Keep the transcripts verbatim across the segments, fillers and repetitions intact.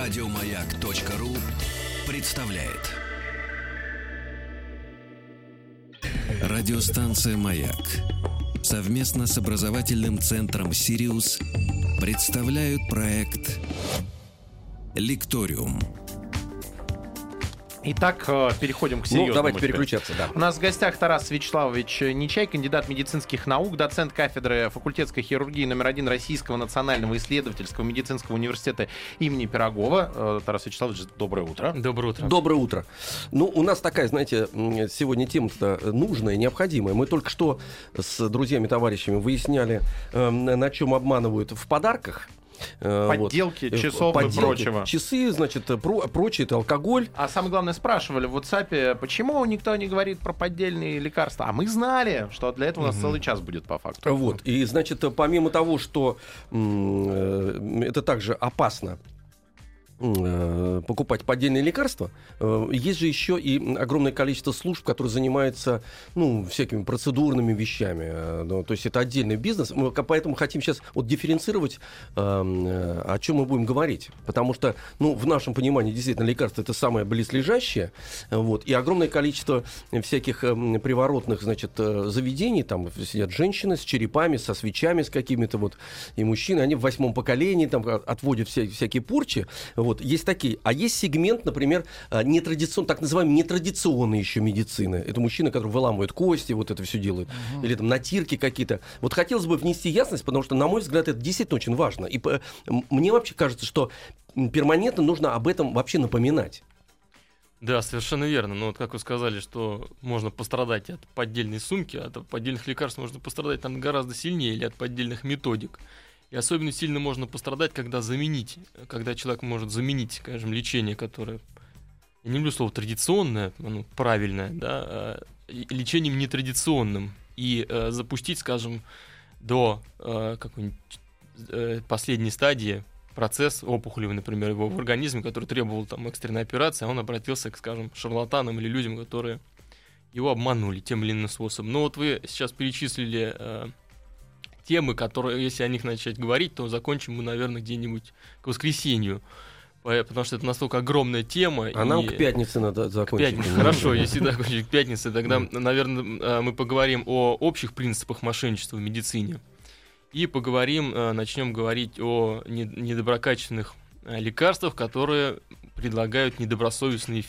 Радиомаяк.ру представляет. Радиостанция «Маяк» совместно с образовательным центром «Сириус» представляют проект «Лекториум». Итак, переходим к серьезному. Ну, давайте переключаться, да. У нас в гостях Тарас Вячеславович Нечай, кандидат медицинских наук, доцент кафедры факультетской хирургии номер один Российского национального исследовательского медицинского университета имени Пирогова. Тарас Вячеславович, доброе утро. Доброе утро. Доброе утро. Ну, у нас такая, знаете, сегодня тема-то нужная, необходимая. Мы только что с друзьями, товарищами выясняли, на чем обманывают в подарках. Подделки, вот. Часов Подделки, и прочего. Часы, значит, про, прочее, это алкоголь. А самое главное, спрашивали в WhatsApp, почему никто не говорит про поддельные лекарства. А мы знали, что для этого у нас угу. целый час будет по факту. Вот. И, значит, помимо того, что м- это также опасно покупать поддельные лекарства, есть же еще и огромное количество служб, которые занимаются, ну, всякими процедурными вещами. Ну, то есть это отдельный бизнес. Мы поэтому хотим сейчас вот дифференцировать, о чем мы будем говорить. Потому что, ну, в нашем понимании, действительно, лекарство — это самое близлежащее. Вот, и огромное количество всяких приворотных, значит, заведений. Там сидят женщины с черепами, со свечами с какими-то вот, и мужчины. Они в восьмом поколении там отводят вся, всякие порчи. Вот, есть такие. А есть сегмент, например, нетрадиционный, так называемой нетрадиционной еще медицины. Это мужчины, которые выламывают кости, вот это все делают. Uh-huh. Или там натирки какие-то. Вот хотелось бы внести ясность, потому что, на мой взгляд, это действительно очень важно. И по, мне вообще кажется, что перманентно нужно об этом вообще напоминать. Да, совершенно верно. Но вот как вы сказали, что можно пострадать от поддельной сумки, от поддельных лекарств можно пострадать там гораздо сильнее, или от поддельных методик. И особенно сильно можно пострадать, когда заменить, когда человек может заменить, скажем, лечение, которое, я не люблю слово традиционное, оно правильное, да, а лечением нетрадиционным, и э, запустить, скажем, до э, какой-нибудь э, последней стадии процесс опухолевый, например, его в организме, который требовал там экстренной операции, а он обратился к, скажем, шарлатанам или людям, которые его обманули тем или иным способом. Но вот вы сейчас перечислили э, темы, которые, если о них начать говорить, то закончим мы, наверное, где-нибудь к воскресенью, потому что это настолько огромная тема. А и... нам к пятнице надо закончить. К пятнице. Хорошо, если закончить к пятнице, тогда, наверное, мы поговорим о общих принципах мошенничества в медицине и поговорим, начнем говорить о недоброкачественных лекарствах, которые предлагают недобросовестные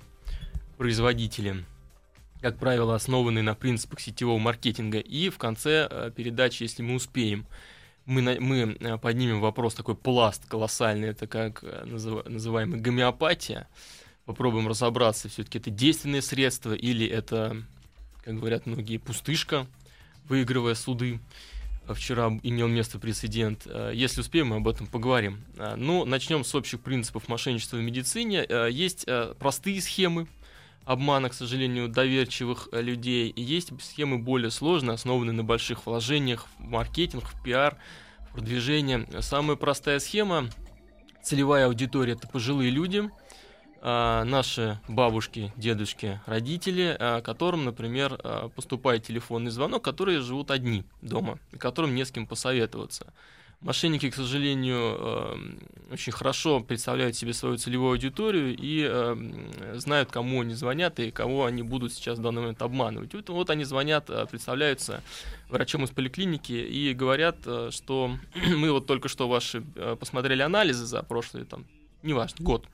фирмы-производители, как правило, основанные на принципах сетевого маркетинга. И в конце э, передачи, если мы успеем, мы, на, мы э, поднимем вопрос, такой пласт колоссальный, это как э, назыв, называемая гомеопатия. Попробуем разобраться, все-таки это действенное средство или это, как говорят многие, пустышка, выигрывая суды. Вчера имел место прецедент. Если успеем, мы об этом поговорим. Ну, начнем с общих принципов мошенничества в медицине. Есть простые схемы обмана, к сожалению, доверчивых людей. И есть схемы более сложные, основанные на больших вложениях в маркетинг, в пиар, в продвижение. Самая простая схема, целевая аудитория — это пожилые люди, а, наши бабушки, дедушки, родители, а, которым, например, а, поступает телефонный звонок, которые живут одни дома, которым не с кем посоветоваться. Мошенники, к сожалению, э, очень хорошо представляют себе свою целевую аудиторию и э, знают, кому они звонят и кого они будут сейчас в данный момент обманывать. Вот, вот они звонят, представляются врачом из поликлиники и говорят, что мы вот только что ваши посмотрели анализы за прошлый, там, неважно, год.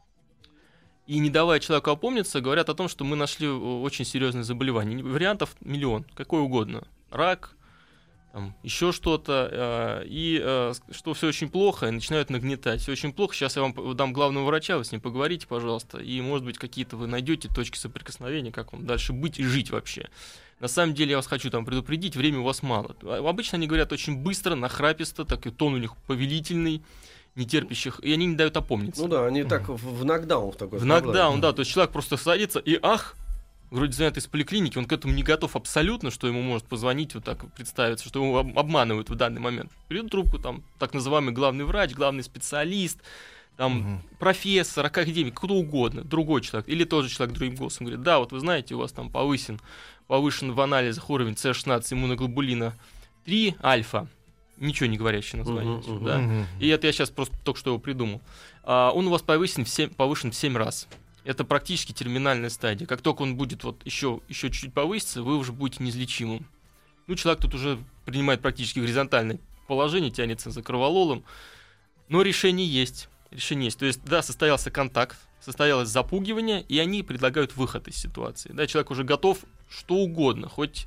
И, не давая человеку опомниться, говорят о том, что мы нашли очень серьезные заболевания. Вариантов миллион, какой угодно. Рак, там, еще что-то, э, и э, что все очень плохо, и начинают нагнетать. Все очень плохо, сейчас я вам дам главного врача, вы с ним поговорите, пожалуйста, и, может быть, какие-то вы найдете точки соприкосновения, как вам дальше быть и жить вообще. На самом деле, я вас хочу там предупредить, времени у вас мало. Обычно они говорят очень быстро, нахраписто, так и тон у них повелительный, нетерпящих, и они не дают опомниться. Ну да, они так в, в нокдаун в такой. В нокдаун, да, то есть человек просто садится и ах, вроде звонят из поликлиники, он к этому не готов абсолютно, что ему может позвонить, вот так представиться, что его обманывают в данный момент. Берет трубку, там, так называемый главный врач, главный специалист, там, угу. профессор, академик, кто угодно, другой человек, или тоже человек другим голосом говорит, да, вот вы знаете, у вас там повысен, повышен в анализах уровень С шестнадцать иммуноглобулина три альфа, ничего не говорящее название. Uh-huh, uh-huh. Да? Uh-huh. И это я сейчас просто только что его придумал. А, он у вас повысен в семь, повышен в семь раз. Это практически терминальная стадия. Как только он будет вот еще, еще чуть-чуть повыситься, вы уже будете неизлечимым. Ну, человек тут уже принимает практически горизонтальное положение, тянется за кровололом. Но решение есть. Решение есть. То есть, да, состоялся контакт, состоялось запугивание, и они предлагают выход из ситуации. Да, человек уже готов что угодно, хоть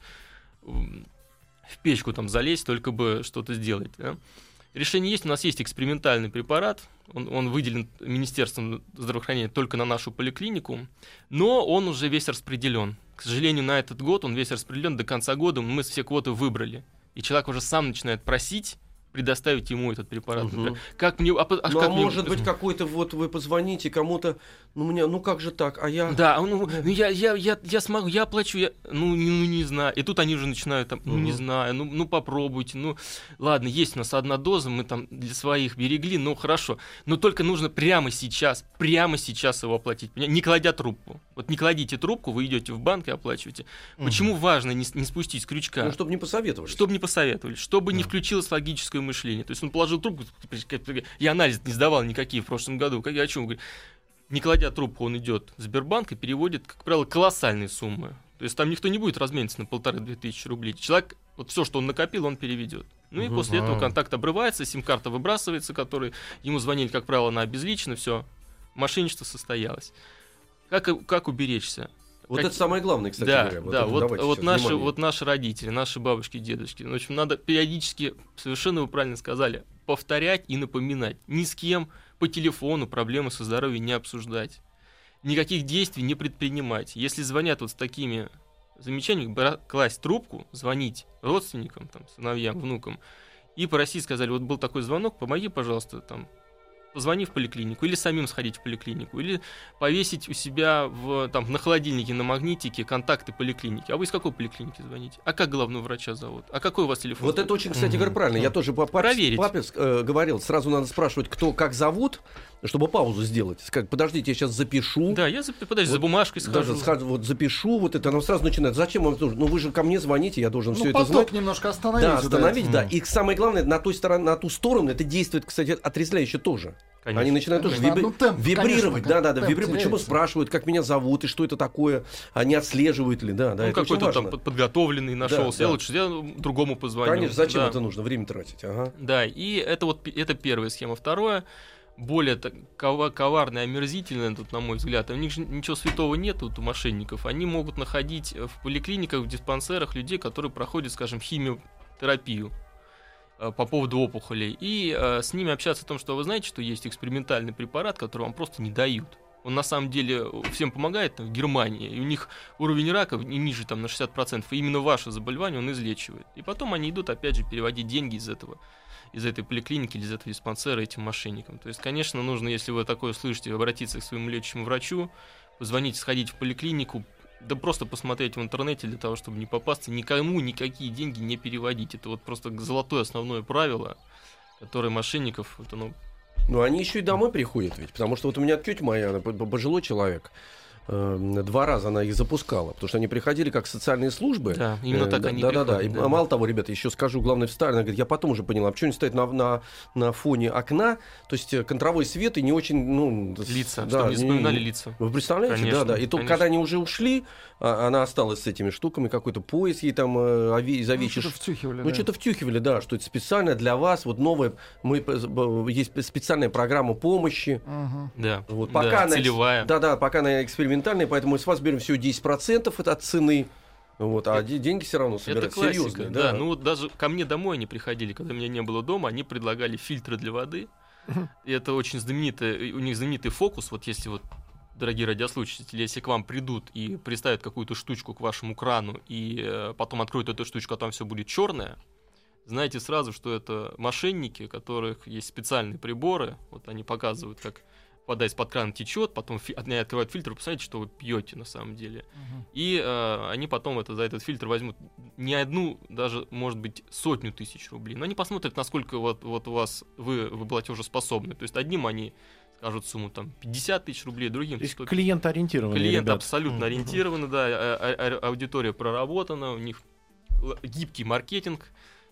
в печку там залезть, только бы что-то сделать. Да. Решение есть. У нас есть экспериментальный препарат. Он, он выделен Министерством здравоохранения только на нашу поликлинику, но он уже весь распределен. К сожалению, на этот год он весь распределен. До конца года мы все квоты выбрали. И человек уже сам начинает просить предоставить ему этот препарат. Угу. Как мне, а, а, ну, как а мне... может быть какой-то вот вы позвоните кому-то, ну мне, ну как же так, а я... Да, ну, ну я, я, я, я смогу, я оплачу, я, ну, не, ну не знаю. И тут они уже начинают там, ну угу. не знаю, ну, ну попробуйте, ну ладно, есть у нас одна доза, мы там для своих берегли, ну хорошо, но только нужно прямо сейчас, прямо сейчас его оплатить, не кладя трубку. Вот не кладите трубку, вы идете в банк и оплачиваете. Угу. Почему важно не, не спустить с крючка? Ну, чтобы не посоветовали. Чтобы не посоветовали, чтобы да. не включилось логическое мышление. То есть он положил трубку, я анализ не сдавал никакие в прошлом году. Как я о чем говорю? Не кладя трубку, он идет в Сбербанк и переводит, как правило, колоссальные суммы. То есть там никто не будет размениться на полторы-две тысячи рублей. Человек, вот все, что он накопил, он переведет. Ну и угу. после этого контакт обрывается, сим-карта выбрасывается, который ему звонили, как правило, на обезличенно, все, мошенничество состоялось. Как, как уберечься? Вот как... это самое главное, кстати да, говоря. Вот да, вот, вот, наши, вот наши родители, наши бабушки, дедушки. В общем, надо периодически, совершенно вы правильно сказали, повторять и напоминать. Ни с кем по телефону проблемы со здоровьем не обсуждать. Никаких действий не предпринимать. Если звонят вот с такими замечаниями, бра- класть трубку, звонить родственникам, там, сыновьям, внукам, и просить, сказали, вот был такой звонок, помоги, пожалуйста, там, позвони в поликлинику, или самим сходить в поликлинику, или повесить у себя в, там, на холодильнике, на магнитике контакты поликлиники. А вы из какой поликлиники звоните? А как главного врача зовут? А какой у вас телефон? Вот это очень, кстати говоря, правильно. Я тоже по папе, папе э, говорил, сразу надо спрашивать, кто как зовут, чтобы паузу сделать. Сказать, подождите, я сейчас запишу. Да, я запи- подожди, вот, за бумажкой схожу. Даже схожу, вот запишу, вот это, она сразу начинает. Зачем вам нужно? Ну вы же ко мне звоните, я должен ну, все это знать. немножко остановить. Да, остановить, да. да. И самое главное, на, той стороне, на ту сторону это действует, кстати, отрезвляюще тоже. Конечно. Они начинают конечно. тоже вибри- темп, вибрировать. Конечно, да, да, да. Вибри- почему спрашивают, как меня зовут и что это такое? Они отслеживают ли, да, да. Ну, это какой-то там подготовленный нашелся. Да, я да. лучше я другому позвоню. Конечно, зачем да. это нужно? Время тратить. Ага. Да, и это вот это первая схема. Второе, более коварная, омерзительная, тут, на мой взгляд, у них же ничего святого нет тут у мошенников. Они могут находить в поликлиниках, в диспансерах людей, которые проходят, скажем, химиотерапию по поводу опухолей, и э, с ними общаться о том, что вы знаете, что есть экспериментальный препарат, который вам просто не дают. Он на самом деле всем помогает там, в Германии, и у них уровень рака не ниже там, на шестьдесят процентов, и именно ваше заболевание он излечивает. И потом они идут, опять же, переводить деньги из этого, из этой поликлиники или из этого диспансера этим мошенникам. То есть, конечно, нужно, если вы такое слышите, обратиться к своему лечащему врачу, позвонить, сходить в поликлинику, да просто посмотреть в интернете для того, чтобы не попасться, никому никакие деньги не переводить. Это вот просто золотое основное правило, которое мошенников... Вот оно... Ну, они еще и домой приходят ведь, потому что вот у меня тетя моя, она пожилой человек, э, два раза она их запускала, потому что они приходили как социальные службы. Да, именно так э, они да, приходят. Да, да, да. Мало того, ребята, еще скажу, главное, встали, она говорит, я потом уже поняла, почему они стоят на, на, на фоне окна, то есть контровой свет и не очень, ну... Лица, да, чтобы не запоминали не, лица. Вы представляете? Конечно, да, да. И то, когда они уже ушли, она осталась с этими штуками, какой-то пояс ей там э, из овечьей... Ну, что-то втюхивали. Ну, да. что-то втюхивали, да, что это специально для вас, вот новая, мы, есть специальная программа помощи. Угу. Да, вот, да, пока целевая. Да, да, пока она экспериментальная, поэтому мы с вас берем всего десять процентов от цены. Вот, а это, деньги все равно собирают серьезные. Да. Да. Ну вот даже ко мне домой они приходили, когда меня не было дома, они предлагали фильтры для воды. И это очень знаменитый, у них знаменитый фокус, вот если вот, дорогие радиослушатели, если к вам придут и приставят какую-то штучку к вашему крану, и э, потом откроют эту штучку, а там все будет черное, знаете сразу, что это мошенники, у которых есть специальные приборы, вот они показывают, как вода из-под крана течет, потом фи- они открывают фильтр, посмотрите, что вы пьете на самом деле. Uh-huh. И э, они потом это, за этот фильтр возьмут не одну, даже, может быть, сотню тысяч рублей. Но они посмотрят, насколько вот, вот у вас вы, вы платежеспособны. То есть одним они скажут сумму там пятьдесят тысяч рублей, другим... То есть клиент-ориентированный, Клиент ребят. абсолютно uh-huh. ориентированный, да, а- а- аудитория проработана, у них гибкий маркетинг.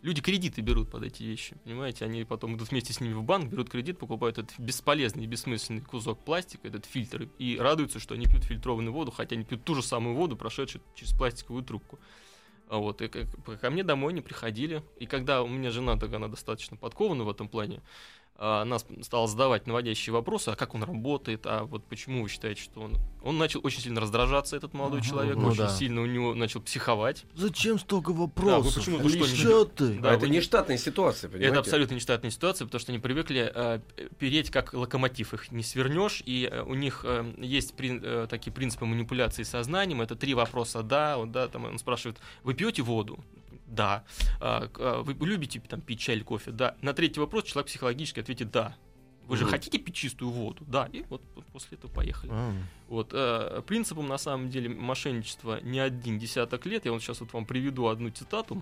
Люди кредиты берут под эти вещи, понимаете? Они потом идут вместе с ними в банк, берут кредит, покупают этот бесполезный и бессмысленный кусок пластика, этот фильтр, и радуются, что они пьют фильтрованную воду, хотя они пьют ту же самую воду, прошедшую через пластиковую трубку. Вот, и ко мне домой не приходили. И когда у меня жена, так она достаточно подкована в этом плане, она стала задавать наводящие вопросы, а как он работает, а вот почему вы считаете, что он... Он начал очень сильно раздражаться, этот молодой ага, человек, ну, очень да. сильно у него начал психовать. Зачем столько вопросов? Да, почему, что, что ты? Да, это нештатная ситуация, понимаете? Это абсолютно нештатная ситуация, потому что они привыкли э, переть как локомотив, их не свернешь, и э, у них э, есть при, э, такие принципы манипуляции сознанием, это три вопроса «да», вот, да, там он спрашивает, вы пьете воду? Да. А, а, вы любите там, пить чай или кофе? Да. На третий вопрос человек психологически ответит «да». Вы же mm. хотите пить чистую воду? Да. И вот, вот после этого поехали. Mm. Вот, э, принципом, на самом деле, мошенничества не один десяток лет. Я вот сейчас вот вам приведу одну цитату,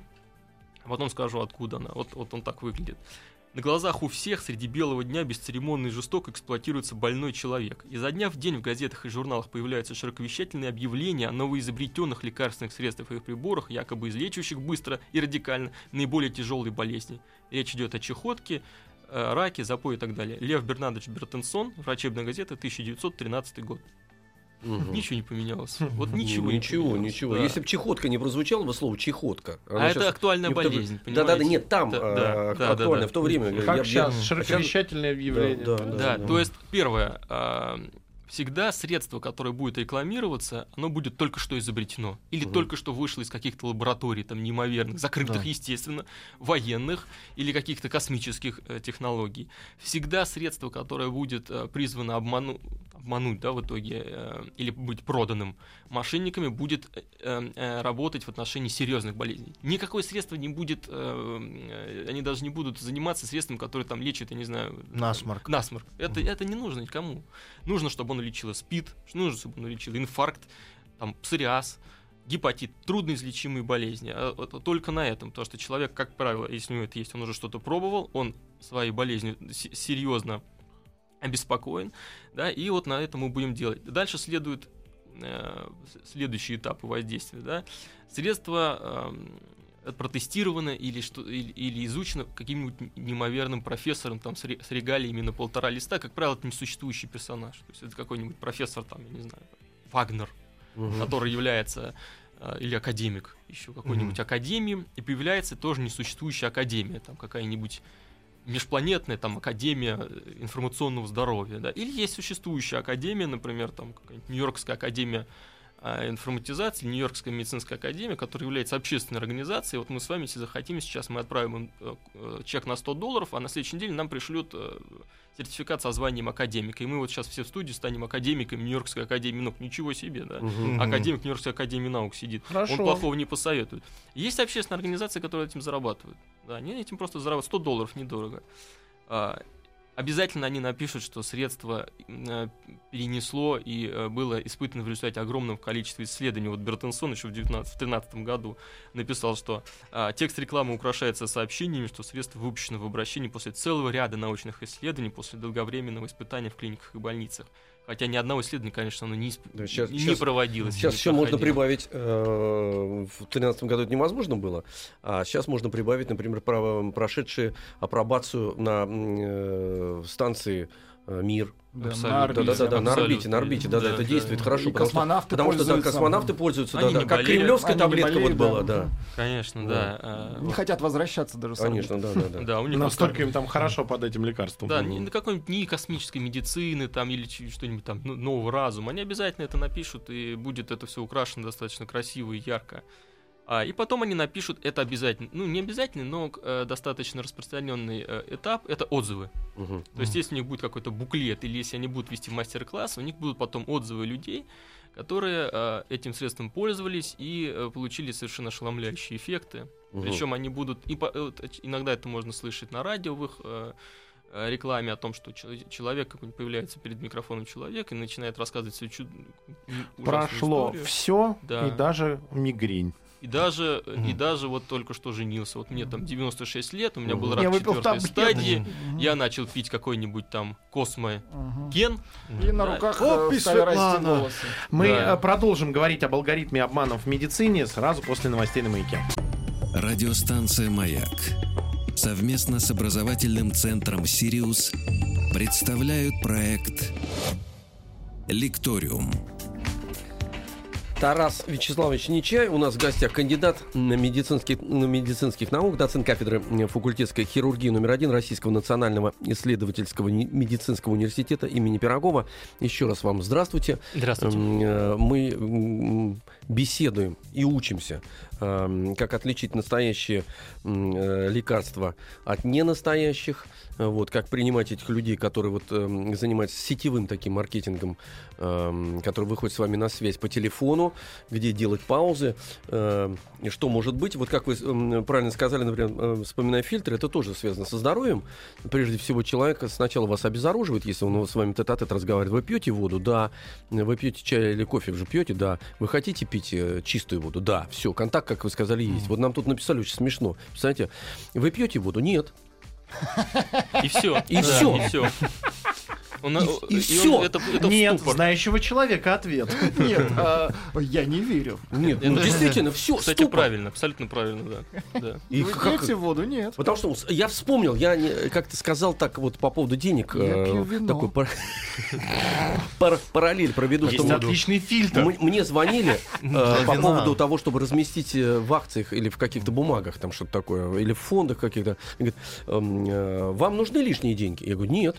а потом скажу, откуда она. Вот, вот он так выглядит. На глазах у всех среди белого дня бесцеремонно и жестоко эксплуатируется больной человек. Изо дня в день в газетах и журналах появляются широковещательные объявления о новоизобретенных лекарственных средствах и приборах, якобы излечивающих быстро и радикально наиболее тяжелые болезни. Речь идет о чехотке, раке, запое и так далее. Лев Бернардович Бертенсон, врачебная газета, тысяча девятьсот тринадцатый год. Угу. Ничего не поменялось. Вот ничего, ничего, не поменялось. Ничего. Да. Если бы чехотка не прозвучало бы слово чехотка. А это актуальная не болезнь. Да, да, да, нет, там да, а, да, актуально. Да, в то время. Как я, сейчас, я, широковещательное объявление. Да, да, да, да, да. То есть, первое, а, всегда средство, которое будет рекламироваться, оно будет только что изобретено. Или угу. только что вышло из каких-то лабораторий, там, неимоверных, закрытых, да. естественно, военных или каких-то космических э, технологий. Всегда средство, которое будет э, призвано обману... обмануть, да, в итоге, э, или быть проданным мошенниками, будет э, э, работать в отношении серьезных болезней. Никакое средство не будет, э, э, они даже не будут заниматься средством, которое там лечит, я не знаю... Насморк. Насморк. Это, mm. это не нужно никому. Нужно, чтобы он лечил СПИД, нужно, чтобы он лечил инфаркт, там, псориаз, гепатит, трудноизлечимые болезни. А, а, только на этом, потому что человек, как правило, если у него это есть, он уже что-то пробовал, он своей болезнью с- серьезно обеспокоен, да, и вот на этом мы будем делать. Дальше следует э, следующие этапы воздействия, да. Средства э, протестировано или, что, или, или изучено каким-нибудь неимоверным профессором там, с, ре, с регалиями на полтора листа. Как правило, это несуществующий персонаж. То есть это какой-нибудь профессор, там, я не знаю, Вагнер, угу. который является, э, или академик еще какой-нибудь угу. академии, и появляется тоже несуществующая академия, там какая-нибудь межпланетная там академия информационного здоровья, да, или есть существующая академия, например, там какая-нибудь Нью-Йоркская академия а, информатизации, Нью-Йоркская медицинская академия, которая является общественной организацией. Вот мы с вами, если захотим, сейчас мы отправим им э, чек на сто долларов, а на следующей неделе нам пришлют э, сертификат со званием академика. И мы вот сейчас все в студии станем академиками Нью-Йоркской академии наук. Ничего себе, да. Uh-huh. Академик Нью-Йоркской академии наук сидит. Хорошо. Он плохого не посоветует. Есть общественные организации, которые этим зарабатывают. Да, они этим просто зарабатывают. сто долларов недорого. А, обязательно они напишут, что средство э, перенесло и э, было испытано в результате огромного количества исследований. Вот Бертенсон еще в две тысячи тринадцатом году написал, что э, текст рекламы украшается сообщениями, что средство выпущено в обращении после целого ряда научных исследований, после долговременного испытания в клиниках и больницах. Хотя ни одного исследования, конечно, оно не, исп... да, сейчас, не сейчас, проводилось. Сейчас не еще можно прибавить, э, в две тысячи тринадцатом году это невозможно было, а сейчас можно прибавить, например, про, прошедшие апробацию на э, станции э, «Мир». Да, на орбите, да, да, да, на орбите, на орбите, да, да, да, это действует да, хорошо, и потому космонавты что, потому что да, космонавты пользуются, да, да, как кремлевская таблетка вот была, да. Конечно, да. да. Не хотят возвращаться даже. Конечно, да, да, да. да у них настолько им там хорошо под этим лекарством. Да, ни какой-нибудь ни космической медицины там или что-нибудь там нового разума, они обязательно это напишут, и будет это все украшено достаточно красиво и ярко. А, и потом они напишут, это обязательно, ну не обязательно, но э, достаточно распространенный э, этап, это отзывы. Uh-huh. То есть если у них будет какой-то буклет, или если они будут вести мастер-класс, у них будут потом отзывы людей, которые э, этим средством пользовались и э, получили совершенно ошеломляющие эффекты. Uh-huh. Причем они будут, и, э, иногда это можно слышать на радио в их э, рекламе о том, что человек появляется перед микрофоном человек и начинает рассказывать свою чуд... Прошло историю. Все, да. И даже мигрень. И даже, mm-hmm. и даже вот только что женился. Вот мне там девяносто шесть лет, у меня был рак четвертой стадии. Mm-hmm. Я начал пить какой-нибудь там Космо Ген. И на руках Опи, стали расти волосы. Мы да. продолжим говорить об алгоритме обманов в медицине сразу после новостей на Маяке. Радиостанция «Маяк» совместно с образовательным центром «Сириус» представляют проект «Лекториум». Тарас Вячеславович Нечай. У нас в гостях кандидат на медицинских, на медицинских наук, доцент кафедры факультетской хирургии номер один Российского национального исследовательского медицинского университета имени Пирогова. Еще раз вам здравствуйте. Здравствуйте. Мы беседуем и учимся, как отличить настоящие лекарства от ненастоящих, вот, как принимать этих людей, которые вот, занимаются сетевым таким маркетингом, который выходит с вами на связь по телефону, где делать паузы, и что может быть. Вот как вы правильно сказали, например, вспоминая фильтры, это тоже связано со здоровьем. Прежде всего, человек сначала вас обезоруживает, если он с вами тет-а-тет разговаривает. Вы пьете воду? Да. Вы пьете чай или кофе? Уже пьете? Да. Вы хотите пить чистую воду? Да. Все, контакт, как вы сказали, есть. Вот нам тут написали очень смешно. Представляете, вы пьете воду? Нет. И все. И все. И все. Он, и, и, и все. Он, это, это Нет, знающего человека ответ. Нет, а, я не верю. Нет, ну, действительно, все. Кстати, правильно, абсолютно правильно, да. да. И Вы как... пьете воду? Нет. Потому что я вспомнил, я не, как ты сказал так вот по поводу денег. Я пью вино. Такой пар... пар... параллель проведу. Есть что отличный фильтр. М- мне звонили э, по поводу того, чтобы разместить в акциях или в каких-то бумагах, там что-то такое, или в фондах каких-то. Говорят, э, вам нужны лишние деньги? Я говорю, нет.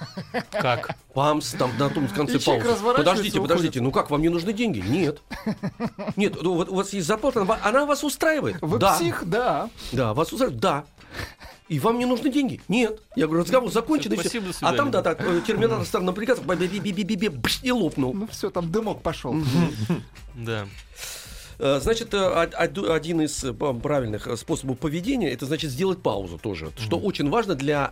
Как? Памс, там на том конце паузы. Подождите, подождите, ну как, вам не нужны деньги? Нет. Нет, ну, у вас есть зарплата, она вас устраивает? Вы да. псих, да. Да, вас устраивает? Да. И вам не нужны деньги? Нет. Я говорю, разговор закончен, и все. А там, да, да, терминатор странного приказа, и лопнул. Ну все, там дымок пошел. Да. Значит, один из правильных способов поведения — это, значит, сделать паузу тоже, mm-hmm. что очень важно для,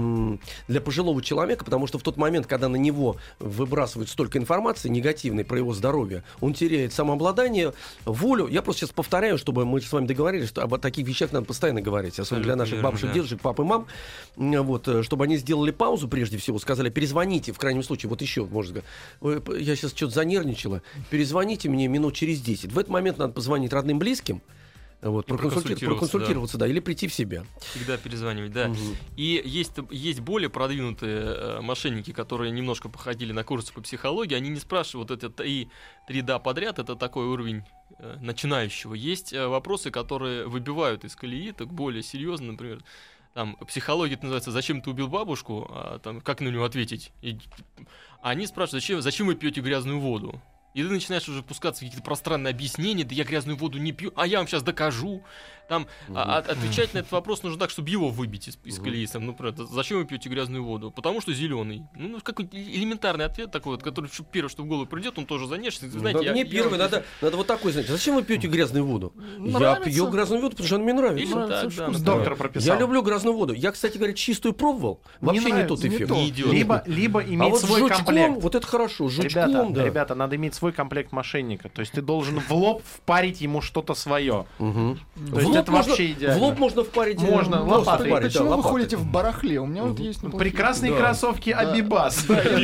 для пожилого человека, потому что в тот момент, когда на него выбрасывают столько информации негативной про его здоровье, он теряет самообладание, волю. Я просто сейчас повторяю, чтобы мы с вами договорились, что об таких вещах надо постоянно говорить, особенно для наших бабушек, да. дедушек, пап и мам, вот, чтобы они сделали паузу прежде всего, сказали, перезвоните, в крайнем случае, вот еще, можно сказать, я сейчас что-то занервничала, перезвоните мне минут через десять. В этот момент надо позвонить родным, близким, вот, проконсультироваться, проконсультироваться да. Да, или прийти в себя. Всегда перезванивать, да. Угу. И есть, есть более продвинутые э, мошенники, которые немножко походили на курсы по психологии, они не спрашивают, вот это три, три да подряд, это такой уровень э, начинающего. Есть э, вопросы, которые выбивают из колеи, так более серьезно, например, там, психология это называется «Зачем ты убил бабушку?», а там, как на него ответить? И, они спрашивают, зачем, зачем вы пьете грязную воду? И ты начинаешь уже пускаться в какие-то пространные объяснения, да я грязную воду не пью, а я вам сейчас докажу. Там, uh-huh. а, отвечать на этот вопрос нужно так, чтобы его выбить из, из uh-huh. колеи. Там, например, зачем вы пьете грязную воду? Потому что зеленый. Ну, какой-то элементарный ответ такой, вот, который первый, что в голову придет, он тоже занешься. Знаете, да, я, не я, первый, я... надо, надо вот такой, знаете, зачем вы пьете грязную воду? Нравится. Я пью грязную воду, потому что она мне нравится. Или нравится так, да, доктор прописал. Я люблю грязную воду. Я, кстати говоря, чистую пробовал. Вообще не, нравится, не тот эффект. Не идет. Либо, либо иметь а вот свой жучком, комплект. Вот это хорошо, жучком, ребята, да. Ребята, надо иметь свой комплект мошенника. То есть ты должен в лоб впарить ему что-то свое. Угу. То есть это можно, вообще идеально. В лоб можно впарить. Можно лопатой. Почему да, вы лопатой. ходите в барахле? У меня вот есть прекрасные кроссовки Абибас.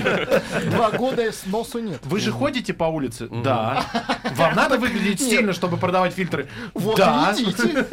Два года с носу нет. Вы же ходите по улице? Да. Вам надо выглядеть стильно, чтобы продавать фильтры? Вот, да. идите.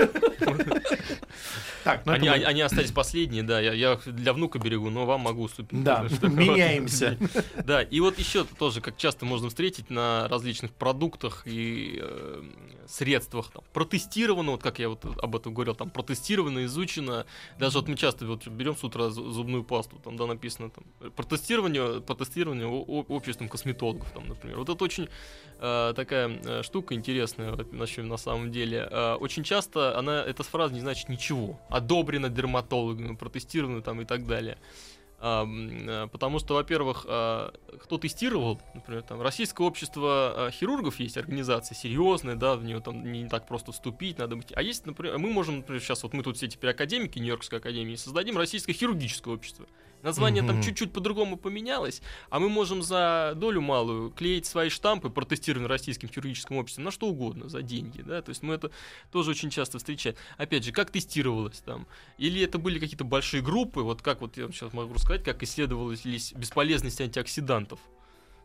Так, ну они, это... они остались последние, да, я, я для внука берегу, но вам могу уступить. Да, меняемся. Да, и вот еще тоже, как часто можно встретить на различных продуктах и э, средствах, там, протестировано, вот как я вот об этом говорил, там, протестировано, изучено, даже вот мы часто вот берем с утра зубную пасту, там, да, написано, там, протестирование, протестирование обществом косметологов, там, например. Вот это очень э, такая э, штука интересная, значит, на самом деле. Э, очень часто она, эта фраза не значит ничего. Одобрено дерматологами, протестировано там и так далее. А, потому что, во-первых, а, кто тестировал, например, там Российское общество а, хирургов есть, организация серьезная, да, в нее там не так просто вступить, надо быть. А есть, например, мы можем, например, сейчас вот мы тут все теперь академики Нью-Йоркской академии, создадим Российское хирургическое общество. Название mm-hmm. там чуть-чуть по-другому поменялось, а мы можем за долю малую клеить свои штампы, протестированные Российским хирургическим обществом, на что угодно, за деньги, да, то есть мы это тоже очень часто встречаем. Опять же, как тестировалось там? Или это были какие-то большие группы, вот как вот я сейчас могу рассказать, как исследовалась бесполезность антиоксидантов.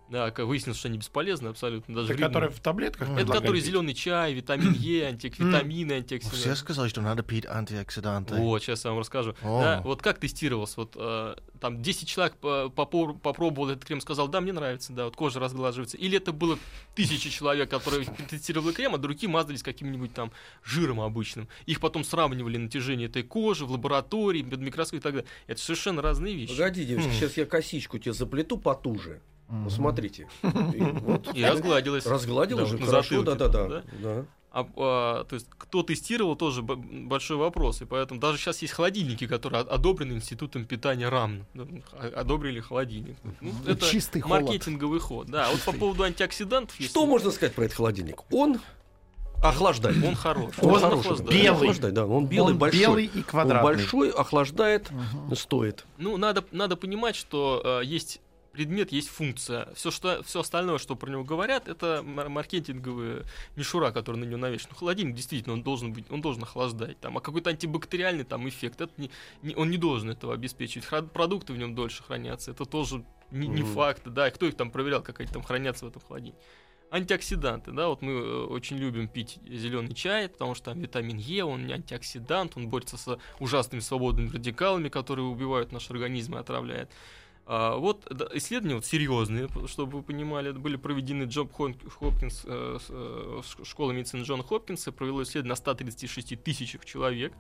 Да, как выяснилось, что они бесполезны абсолютно. Даже Это вредны. которые в таблетках Это предлагали который пить? зеленый чай, витамин Е, антивитамины, Все антиоксиданты. сказали, что надо пить антиоксиданты. Вот, сейчас я вам расскажу. О. Да, вот как тестировалось? Вот э, там десять человек по- попор- попробовал этот крем, сказал, да, мне нравится, да, вот кожа разглаживается. Или это было тысячи человек, которые тестировали крем, а другие мазались каким-нибудь там жиром обычным. Их потом сравнивали натяжение этой кожи в лаборатории, под микроскопом и так далее. Это совершенно разные вещи. Погоди, девочки, Хм. сейчас я косичку тебе заплету потуже. Ну, смотрите. И вот И разгладилось. разгладила Да, же, вот на хорошо, затылке да-да-да. там, да. А, а, то есть, кто тестировал, тоже б- большой вопрос. И поэтому даже сейчас есть холодильники, которые о- одобрены Институтом питания РАМ. Да, о- Одобрили холодильник. Ну, это Чистый холод. маркетинговый ход. Да, а вот по поводу антиоксидантов. Что если- можно сказать про этот холодильник? Он охлаждает. Он хорош. Он Он хороший, охлаждает. да. белый. Охлаждает, да. Он белый, Он большой. белый и Он квадратный. большой, охлаждает, стоит. Ну, надо, надо понимать, что э, есть предмет, есть функция. Все, что, все остальное, что про него говорят, это мар- маркетинговая мишура, которая на него навешена. Ну, холодильник, действительно, он должен быть, он должен охлаждать. Там, а какой-то антибактериальный там эффект, это не, не- он не должен этого обеспечивать. Хра- продукты в нем дольше хранятся, это тоже не, не Мгм. факт. Да, и кто их там проверял, как они там хранятся в этом холодильнике. Антиоксиданты, да, вот мы э, очень любим пить зеленый чай, потому что там витамин Е, он антиоксидант, он борется с ужасными свободными радикалами, которые убивают наш организм и отравляют. А, вот да, исследования вот, серьезные, чтобы вы понимали, были проведены Джон Хон- Хопкинс, э, с, э, ш- школа медицины Джона Хопкинса, провело исследование на ста тридцати шести тысячах человек.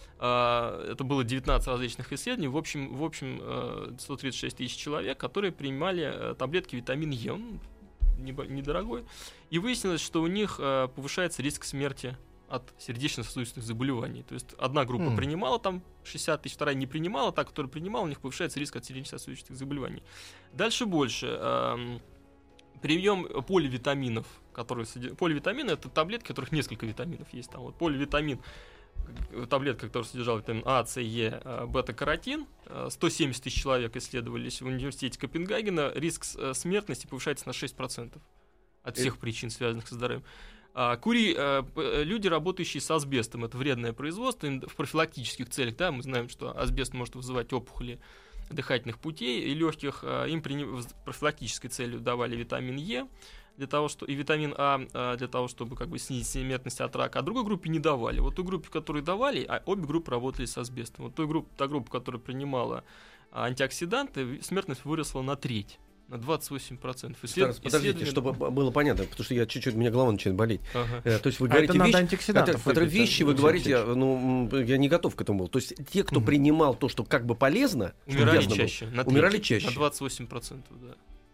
А, это было девятнадцать различных исследований. В общем, в общем э, сто тридцать шесть тысяч человек, которые принимали э, таблетки витамина Е, он небо- недорогой. И выяснилось, что у них э, повышается риск смерти от сердечно-сосудистых заболеваний. То есть одна группа М. принимала там шестьдесят тысяч, вторая не принимала, та, которая принимала, у них повышается риск от сердечно-сосудистых заболеваний. Дальше больше. Эм, прием поливитаминов, которые содержат... Поливитамины — это таблетки, в которых несколько витаминов есть. Там вот поливитамин, э, таблетка, которая содержала витамин А, С, Е, э, бета-каротин. Э, сто семьдесят тысяч человек исследовались в университете Копенгагена. Риск с- э, смертности повышается на шесть процентов от всех причин, связанных со здоровьем. А, Кури, э, п- э, люди, работающие с асбестом, это вредное производство, им в профилактических целях, да, мы знаем, что асбест может вызывать опухоли дыхательных путей и легких, э, им при в профилактической целью давали витамин Е для того, что, и витамин А э, для того, чтобы как бы снизить смертность от рака, а другой группе не давали. Вот той группе, которые давали, а обе группы работали с асбестом. Вот той группе, та группа, которая принимала а, антиоксиданты, смертность выросла на треть. На двадцать восемь процентов. Исслед... Тарас, подождите, исследование- чтобы б- было понятно, потому что я чуть-чуть, у меня голова начинает болеть. Ага. Э, То есть вы А говорите это надо вещи, антиоксидантов это, это выпить, вещи, вы Алексей говорите, Алексеевич. ну, м, я не готов к этому был. То есть те, кто принимал то, что как бы полезно, чтобы Умирали ясно было, чаще. На треть, умирали чаще. На двадцать восемь процентов, да.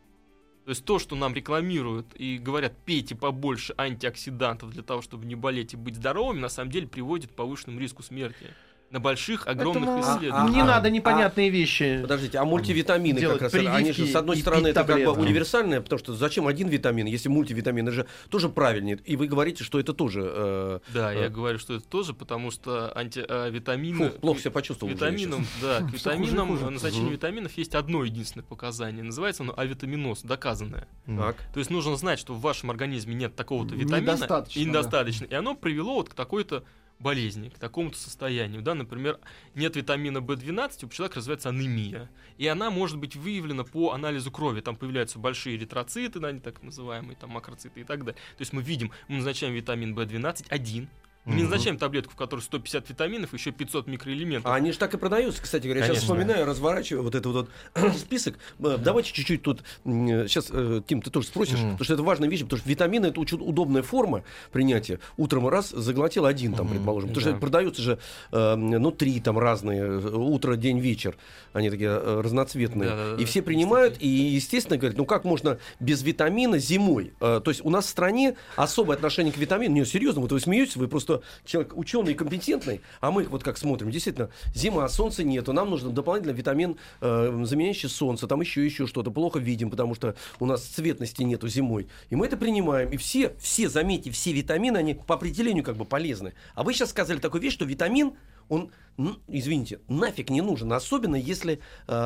То есть то, что нам рекламируют и говорят, пейте побольше антиоксидантов для того, чтобы не болеть и быть здоровыми, на самом деле приводит к повышенному риску смерти. На больших, огромных Поэтому исследованиях. не а, надо а, непонятные вещи. Подождите, а мультивитамины Делать как раз, они же, прививки с одной и стороны, пить это как бы таблетки. универсальное, потому что зачем один витамин, если мультивитамины же тоже правильнее. И вы говорите, что это тоже... э, Да, э, я говорю, что это тоже, потому что антивитамины... фу, плохо себя почувствовал уже я Витаминам, да, к Всё хуже и витаминам, хуже. назначение Мгм. витаминов есть одно единственное показание. Называется оно авитаминоз, доказанное. щас. Так. То есть нужно знать, что в вашем организме нет такого-то витамина. Недостаточно, И да. недостаточно. И оно привело вот к такой-то болезни, к такому-то состоянию. Да, например, нет витамина бэ двенадцать, у человека развивается анемия. И она может быть выявлена по анализу крови. Там появляются большие эритроциты, да, они так называемые, там макроциты и так далее. То есть мы видим, мы назначаем витамин бэ двенадцать один. Мы не Мгм. назначаем таблетку, в которой сто пятьдесят витаминов, еще пятьсот микроэлементов. А они же так и продаются, кстати говоря. Я сейчас Конечно. вспоминаю, разворачиваю вот этот вот список. Э, Давайте чуть-чуть тут... Сейчас, Тим, ты тоже спросишь, Мгм. потому что это важная вещь, потому что витамины — это очень удобная форма принятия. Утром раз заглотил один, там, Мгм. предположим. Потому Да. что продаются же, э, ну, три там разные. э, Утро, день, вечер. Они такие э, разноцветные. Да-да-да, И все принимают, и, есть естественно, говорят, ну как можно без витамина зимой? Э, То есть у нас в стране особое отношение к витамину. Нет, серьезно, вот вы смеетесь, вы просто человек ученый и компетентный, а мы вот как смотрим, действительно, зима, солнца нету, нам нужен дополнительно витамин, э, заменяющий солнце, там еще еще что-то, плохо видим, потому что у нас цветности нету зимой. И мы это принимаем, и все, все, заметьте, все витамины, они по определению как бы полезны. А вы сейчас сказали такую вещь, что витамин, он, ну, извините, нафиг не нужен, особенно если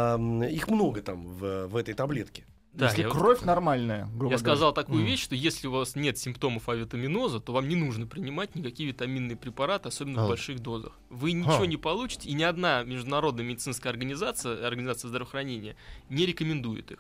э, их много там в, в этой таблетке. Да, Если я вот- кровь нормальная, грубо Я говоря. сказал такую Мгм. вещь, что если у вас нет симптомов авитаминоза, то вам не нужно принимать никакие витаминные препараты, особенно А. в больших дозах. Вы ничего А. не получите, и ни одна международная медицинская организация, организация здравоохранения, не рекомендует их.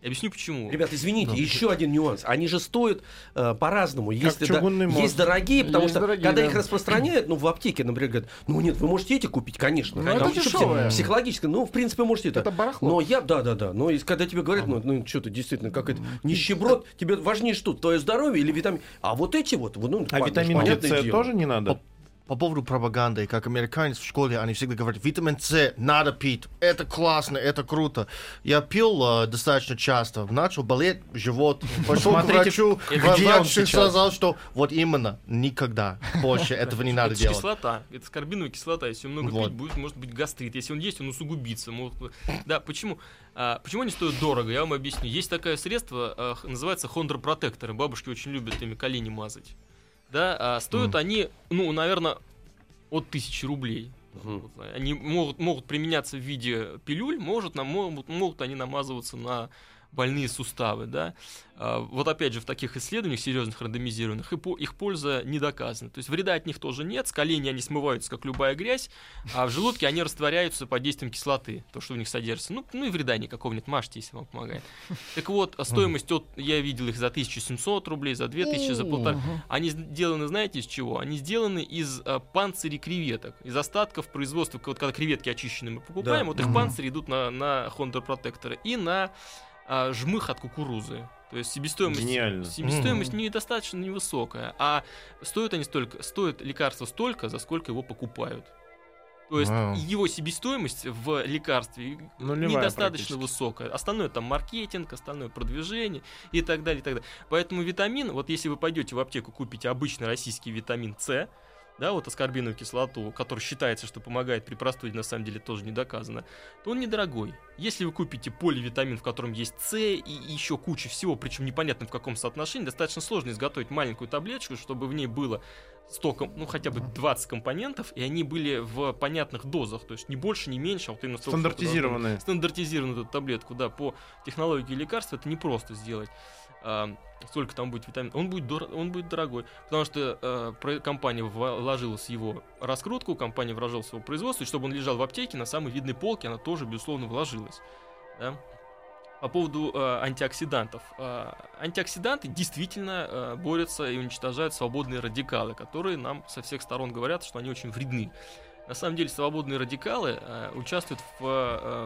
Я объясню почему. Ребят, извините, Ну. еще один нюанс. Они же стоят э, по-разному. Есть, да- чугунный мост. есть дорогие, потому Есть что дорогие, когда да. их распространяют, ну, в аптеке, например, говорят, ну нет, вы можете эти купить, конечно. Ну, это Там еще дешевое. пси- психологически, ну, в принципе, можете это. Это барахло. Но я, да, да, да. Но и когда тебе говорят, ну, ну что ты действительно, как это, нищеброд, тебе важнее что, твое здоровье или витамин. А вот эти вот, ну, А пон- витамин понятное Д С дело. тоже не надо? По поводу пропаганды, как американец в школе, они всегда говорят, витамин С надо пить, это классно, это круто. Я пил э, достаточно часто, начал болеть живот, пошел к Смотрите, врачу, где врач он сейчас. сказал, что вот именно, никогда больше этого не надо Это же делать. кислота, это скорбиновая кислота. Если много Вот. пить, будет, может быть гастрит. Если он есть, он усугубится. Может... Да, почему? А, почему они стоят дорого? Я вам объясню. Есть такое средство, а, х- называется хондропротекторы. Бабушки очень любят ими колени мазать. Да, а стоят Мгм. они, ну, наверное, от тысячи рублей. Мгм. Вот, они могут, могут применяться в виде пилюль, может, нам, могут, могут они намазываться на больные суставы, да. А, вот опять же, в таких исследованиях серьезных, рандомизированных, и по- их польза не доказана. То есть вреда от них тоже нет, с колени они смываются, как любая грязь, а в желудке они растворяются под действием кислоты, то, что в них содержится. Ну, ну и вреда никакого нет, мажьте, если вам помогает. Так вот, а стоимость, от, я видел их за тысячу семьсот рублей, за две тысячи, за полтора. Они сделаны, знаете, из чего? Они сделаны из а, панцирей креветок, из остатков производства, вот когда креветки очищенные мы покупаем, Да. вот их Мгм. панцири идут на, на хондропротекторы и на а, жмых от кукурузы. То есть себестоимость, Гениально. себестоимость недостаточно невысокая, а стоят они столько, стоит лекарство столько, за сколько его покупают. То есть Вау. его себестоимость в лекарстве Нулевая недостаточно практически. высокая. Остальное там маркетинг, остальное продвижение и так далее, и так далее. Поэтому витамин, вот если вы пойдете в аптеку, купите обычный российский витамин С, да, вот аскорбиновую кислоту, который считается, что помогает при простуде, на самом деле тоже не доказано, то он недорогой. Если вы купите поливитамин, в котором есть С и еще куча всего, причем непонятно в каком соотношении, достаточно сложно изготовить маленькую таблеточку, чтобы в ней было столько, ну хотя бы двадцать компонентов, и они были в понятных дозах, то есть не больше, не меньше, а вот именно столько, сколько должно быть. Стандартизированные. Стандартизированную эту таблетку, да, по технологии лекарства это не просто сделать. А, сколько там будет витамин, он будет, дор- он будет дорогой, потому что э, про- компания вложилась в его раскрутку, компания вложилась в его производство, и чтобы он лежал в аптеке на самой видной полке, она тоже, безусловно, вложилась. Да? По поводу э, антиоксидантов. Э, антиоксиданты действительно э, борются и уничтожают свободные радикалы, которые нам со всех сторон говорят, что они очень вредны. На самом деле свободные радикалы э, участвуют в э,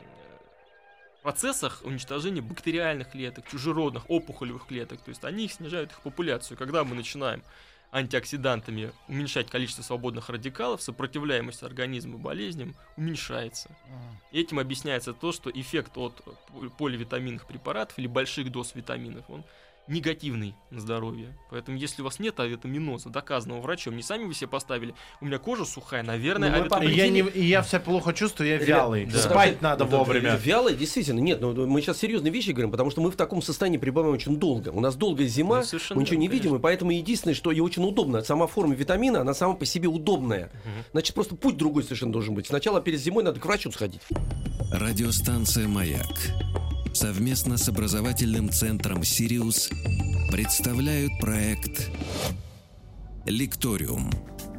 процессах уничтожения бактериальных клеток, чужеродных, опухолевых клеток. То есть они их снижают их популяцию. Когда мы начинаем антиоксидантами уменьшать количество свободных радикалов, сопротивляемость организма болезням уменьшается. И этим объясняется то, что эффект от поливитаминных препаратов или больших доз витаминов, он негативный на здоровье. Поэтому если у вас нет авитаминоза, доказанного врачом, не сами вы себе поставили, у меня кожа сухая, наверное, Ну, мы И авитамин... я, не, и я себя плохо чувствую, я вялый. да. Спать надо Да, вовремя. Вялый, действительно. Нет, ну мы сейчас серьезные вещи говорим, потому что мы в таком состоянии пребываем очень долго. У нас долгая зима, Ну, совершенно мы ничего не верно, видим, и поэтому единственное, что и очень удобно, сама форма витамина, она сама по себе удобная. Мгм. Значит, просто путь другой совершенно должен быть. Сначала перед зимой надо к врачу сходить. Радиостанция «Маяк» совместно с образовательным центром «Сириус» представляют проект «Лекториум».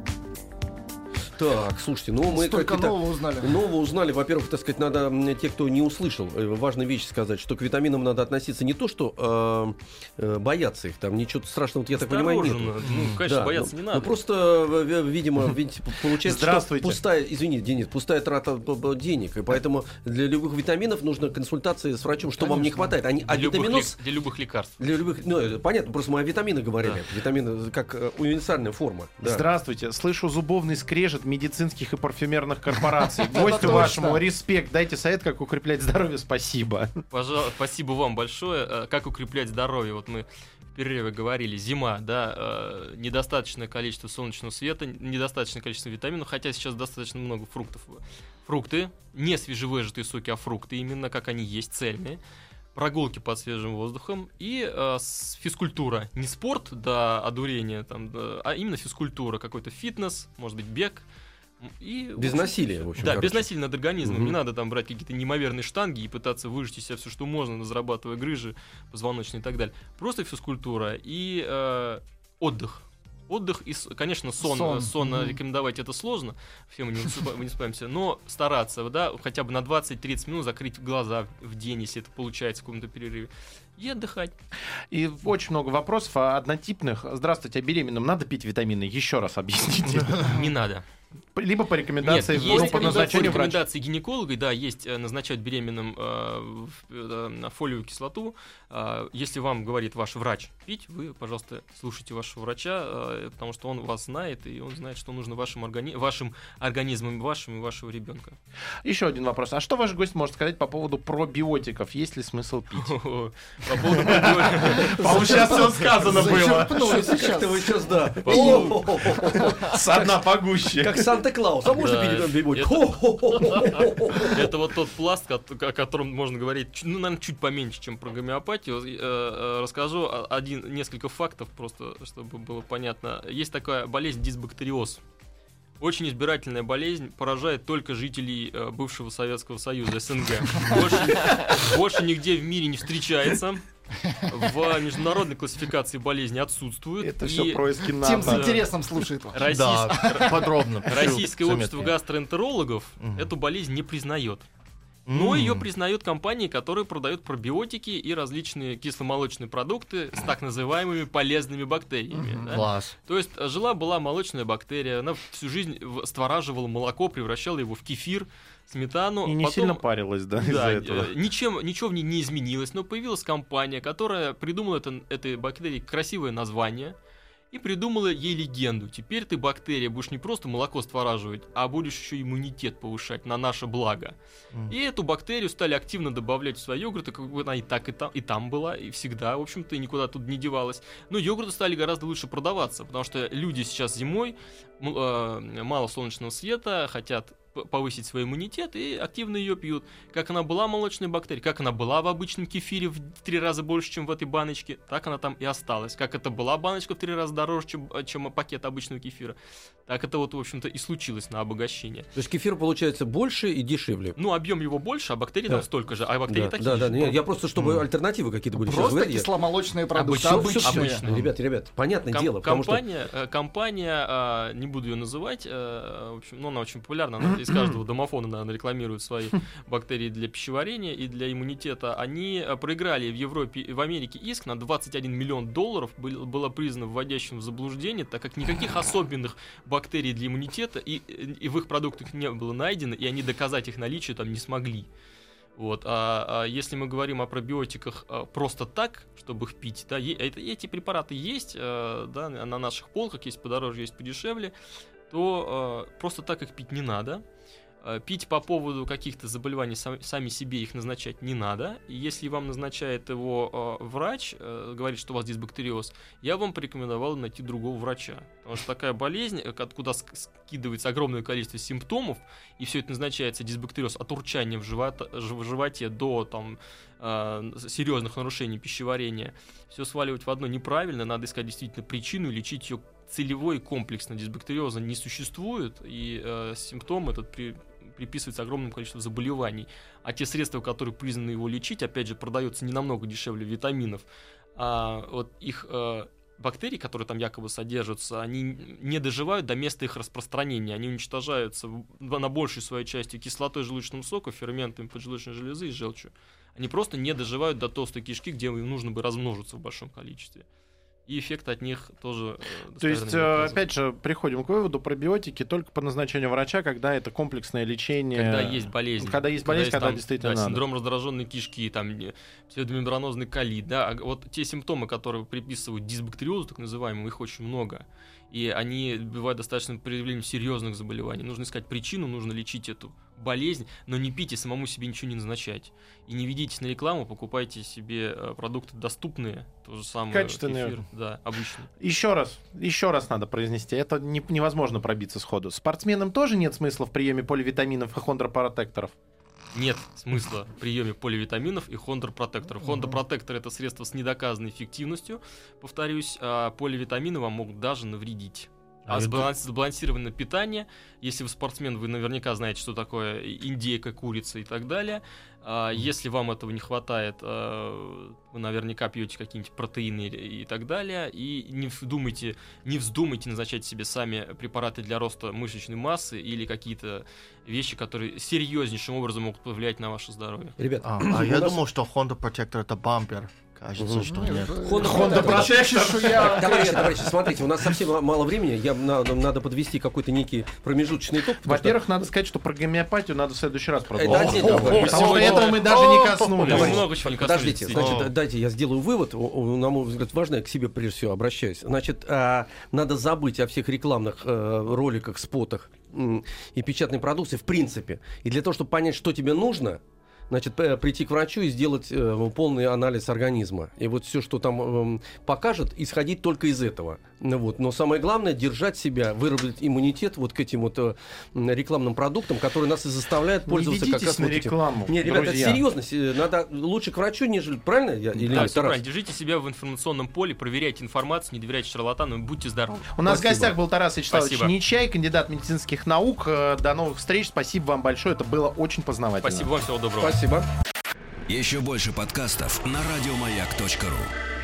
Так, слушайте, ну мы Столько какие-то... нового узнали. Нового узнали. Во-первых, так сказать, надо м, те, кто не услышал, э, важная вещь сказать, что к витаминам надо относиться не то, что э, э, бояться их, там ничего страшного, вот я так понимаю, нет. Осторожно. Ну, конечно, Да, бояться ну, не надо. Ну просто, э, э, видимо, ведь получается, что Здравствуйте. пустая, извини, Денис, пустая трата б- б- денег, и поэтому для любых витаминов нужна консультация с врачом, что вам не Конечно. хватает. Они, а Для любых, витаминоз лек- для любых лекарств. для любых, ну э, понятно, просто мы о витаминах говорили, Да. витамины как э, универсальная форма. Да. Здравствуйте. Слышу зубовный скрежет медицинских и парфюмерных корпораций. Это Гостю точно. вашему респект. Дайте совет, как укреплять здоровье. Спасибо. Пожалуйста, спасибо вам большое. Э, Как укреплять здоровье? Вот мы в перерыве говорили, зима, да, э, недостаточное количество солнечного света, недостаточное количество витаминов, хотя сейчас достаточно много фруктов. Фрукты, не свежевыжатые соки, а фрукты, именно как они есть, цельные. Прогулки под свежим воздухом и э, с- физкультура. Не спорт до одурения, там, да, а именно физкультура, какой-то фитнес, может быть, бег. И, в Без общем, насилия, всё. в общем, Да, короче. без насилия над организмом. Мгм. Не надо там брать какие-то неимоверные штанги и пытаться выжать из себя все, что можно, зарабатывая грыжи, позвоночные и так далее. Просто физкультура и э, отдых. Отдых и, с- конечно, сон. Сон. Сон, Мгм. рекомендовать это сложно, все мы не высыпа- не высыпаемся, но стараться, да, хотя бы на двадцать-тридцать минут закрыть глаза в день, если это получается в каком-то перерыве, и отдыхать. И очень много вопросов а, однотипных. Здравствуйте, а беременным надо пить витамины? Еще раз объясните. Не надо. Либо по рекомендации, Нет, ну, есть по рекомендации, назначению врача. рекомендации гинеколога, да, есть э, назначать беременным э, в- э, на фолиевую кислоту. Э, если вам говорит ваш врач пить, вы, пожалуйста, слушайте вашего врача, э, потому что он вас знает, и он знает, что нужно вашим, органи- вашим организмам, вашим и вашего ребенка. Еще один вопрос. А что ваш гость может сказать по поводу пробиотиков? Есть ли смысл пить? По поводу пробиотиков. По-моему, сейчас все сказано было. Зачерпнули Как-то сейчас. вы сейчас, да. По поводу- С одна погуще. Как Санта-Клаус. А можно Да, пить бибой? это- Это вот тот пласт, ко- о котором можно говорить, чуть- ну, наверное, чуть поменьше, чем про гомеопатию. Э, э, Расскажу о- один, несколько фактов, просто чтобы было понятно. Есть такая болезнь дисбактериоз. Очень избирательная болезнь, поражает только жителей э, бывшего Советского Союза, СНГ. Больше, больше нигде в мире не встречается. В международной классификации болезни отсутствует. Это И все происки Тем с НАТО. интересом слушает вас. российс- Да, подробно. Российское Всё общество заметно. гастроэнтерологов Мгм. эту болезнь не признает. Но М. ее признают компании, которые продают пробиотики и различные кисломолочные продукты с так называемыми полезными бактериями. Мгм. да. Класс. То есть э, жила-была молочная бактерия, она всю жизнь в- створаживала молоко, превращала его в кефир, сметану. И не потом- сильно парилась, да, из-за Да, этого. э, ничем, ничего в ней не изменилось, но появилась компания, которая придумала это, этой бактерии красивое название и придумала ей легенду. Теперь ты, бактерия, будешь не просто молоко створаживать, а будешь еще иммунитет повышать на наше благо. Мгм. И эту бактерию стали активно добавлять в свои йогурты, как бы она и так, и там, и там была, и всегда, в общем-то, и никуда тут не девалась. Но йогурты стали гораздо лучше продаваться, потому что люди сейчас зимой, м, э, мало солнечного света, хотят п- повысить свой иммунитет и активно ее пьют. Как она была молочной бактерией, как она была в обычном кефире в три раза больше, чем в этой баночке, так она там и осталась. Как это была баночка в три раза дороже, чем, чем пакет обычного кефира, так это вот, в общем-то, и случилось на обогащение. То есть кефир получается больше и дешевле. Ну, объем его больше, а бактерий Да. там столько же, а бактерии Да, такие да, же. да. Нет, я просто, чтобы М. альтернативы какие-то были. Сейчас Просто говорят, я- кисломолочные продукты. Всё- Обычные. всё- Обычные. Ребят, ребят, понятное Ком- дело, потому что компания, э, компания, а, не буду ее называть, э, в общем, ну, она очень популярна, она из каждого домофона, наверное, рекламирует свои бактерии для пищеварения и для иммунитета. Они э, проиграли в Европе и в Америке иск на двадцать один миллион долларов, был- было признано вводящим в заблуждение, так как никаких особенных бактерий для иммунитета и, и в их продуктах не было найдено, и они доказать их наличие там не смогли. Вот. А, а если мы говорим о пробиотиках а, просто так, чтобы их пить, да, е- это- эти препараты есть, а, да, на на наших полках, есть подороже, есть подешевле, то а, просто так их пить не надо. А, Пить по поводу каких-то заболеваний сам- сами себе их назначать не надо. И если вам назначает его а, врач, а, говорит, что у вас дисбактериоз, я вам порекомендовал найти другого врача. Потому что такая болезнь, э, откуда ск- скидывается огромное количество симптомов, и все это назначается дисбактериоз от урчания в, живота- ж- в животе до там, э, серьезных нарушений пищеварения, все сваливать в одно неправильно, надо искать действительно причину и лечить ее целевой и комплексно. Дисбактериоза не существует, и э, симптом этот при- приписывается огромному количеству заболеваний. А те средства, которые признаны его лечить, опять же, продаются не намного дешевле витаминов. А вот их э, бактерии, которые там якобы содержатся, они не доживают до места их распространения. Они уничтожаются в- на большей своей части кислотой желудочного сока, ферментами поджелудочной железы и желчью. Они просто не доживают до толстой кишки, где им нужно бы размножиться в большом количестве. И эффект от них тоже э, То есть, достоверно не э, доказан. опять же, приходим к выводу, пробиотики только по назначению врача, когда это комплексное лечение. Когда есть болезнь. Когда есть болезнь, когда там, действительно да, надо. синдром раздраженной кишки, там не- псевдомембранозный колит, да, а вот те симптомы, которые приписывают дисбактериозу, так называемому, их очень много. И они бывают достаточно проявлением серьезных заболеваний. Нужно искать причину, нужно лечить эту болезнь, но не пейте, самому себе ничего не назначать. И не ведитесь на рекламу, покупайте себе э, продукты доступные, то же самое Качественные. кефир, да, обычный. Еще раз, еще раз надо произнести. Это не- невозможно пробиться сходу. Спортсменам тоже нет смысла в приеме поливитаминов и хондропротекторов. Нет смысла в приеме поливитаминов и хондропротекторов. Хондропротектор — это средство с недоказанной эффективностью, повторюсь, а поливитамины вам могут даже навредить. А сбаланс- сбалансированное питание, если вы спортсмен, вы наверняка знаете, что такое индейка, курица и так далее. А если вам этого не хватает, вы наверняка пьете какие-нибудь протеины и так далее. И не вздумайте, не вздумайте назначать себе сами препараты для роста мышечной массы или какие-то вещи, которые серьезнейшим образом могут повлиять на ваше здоровье. Ребят, А, а я думал, что Honda Protector это бампер. Кажется, что нет. Honda Protector. Так, Товарищи, товарищи, смотрите, у нас совсем мало времени. Я, надо, надо подвести какой-то некий промежуточный итог. Во-первых, что... надо сказать, что про гомеоапатию надо в следующий раз продолжить. Это отдельно. Потому что этого мы даже не коснулись. Мы много чего не коснулись. Подождите, значит, дайте я сделаю вывод. На мой взгляд, важно, я к себе прежде всего обращаюсь. Значит, надо забыть о всех рекламных роликах, спотах и печатной продукции в принципе. И для того, чтобы понять, что тебе нужно, значит, прийти к врачу и сделать э, полный анализ организма. И вот все, что там э, покажет, исходить только из этого. Вот. Но самое главное — держать себя, выработать иммунитет вот к этим вот э, рекламным продуктам, которые нас и заставляют пользоваться не как раз на вот этим. рекламу, Нет, ребята, это друзья. серьезно. Надо лучше к врачу, нежели... Правильно? Я, или Да, нет, все Тарас? правильно. Держите себя в информационном поле, проверяйте информацию, не доверяйте шарлатанам, будьте здоровы. У нас Спасибо. в гостях был Тарас Вячеславович Спасибо. Нечай, кандидат медицинских наук. До новых встреч. Спасибо вам большое. Это было очень познавательно. Спасибо вам, всего доброго. Спасибо. Еще больше подкастов на радиомаяк точка ру.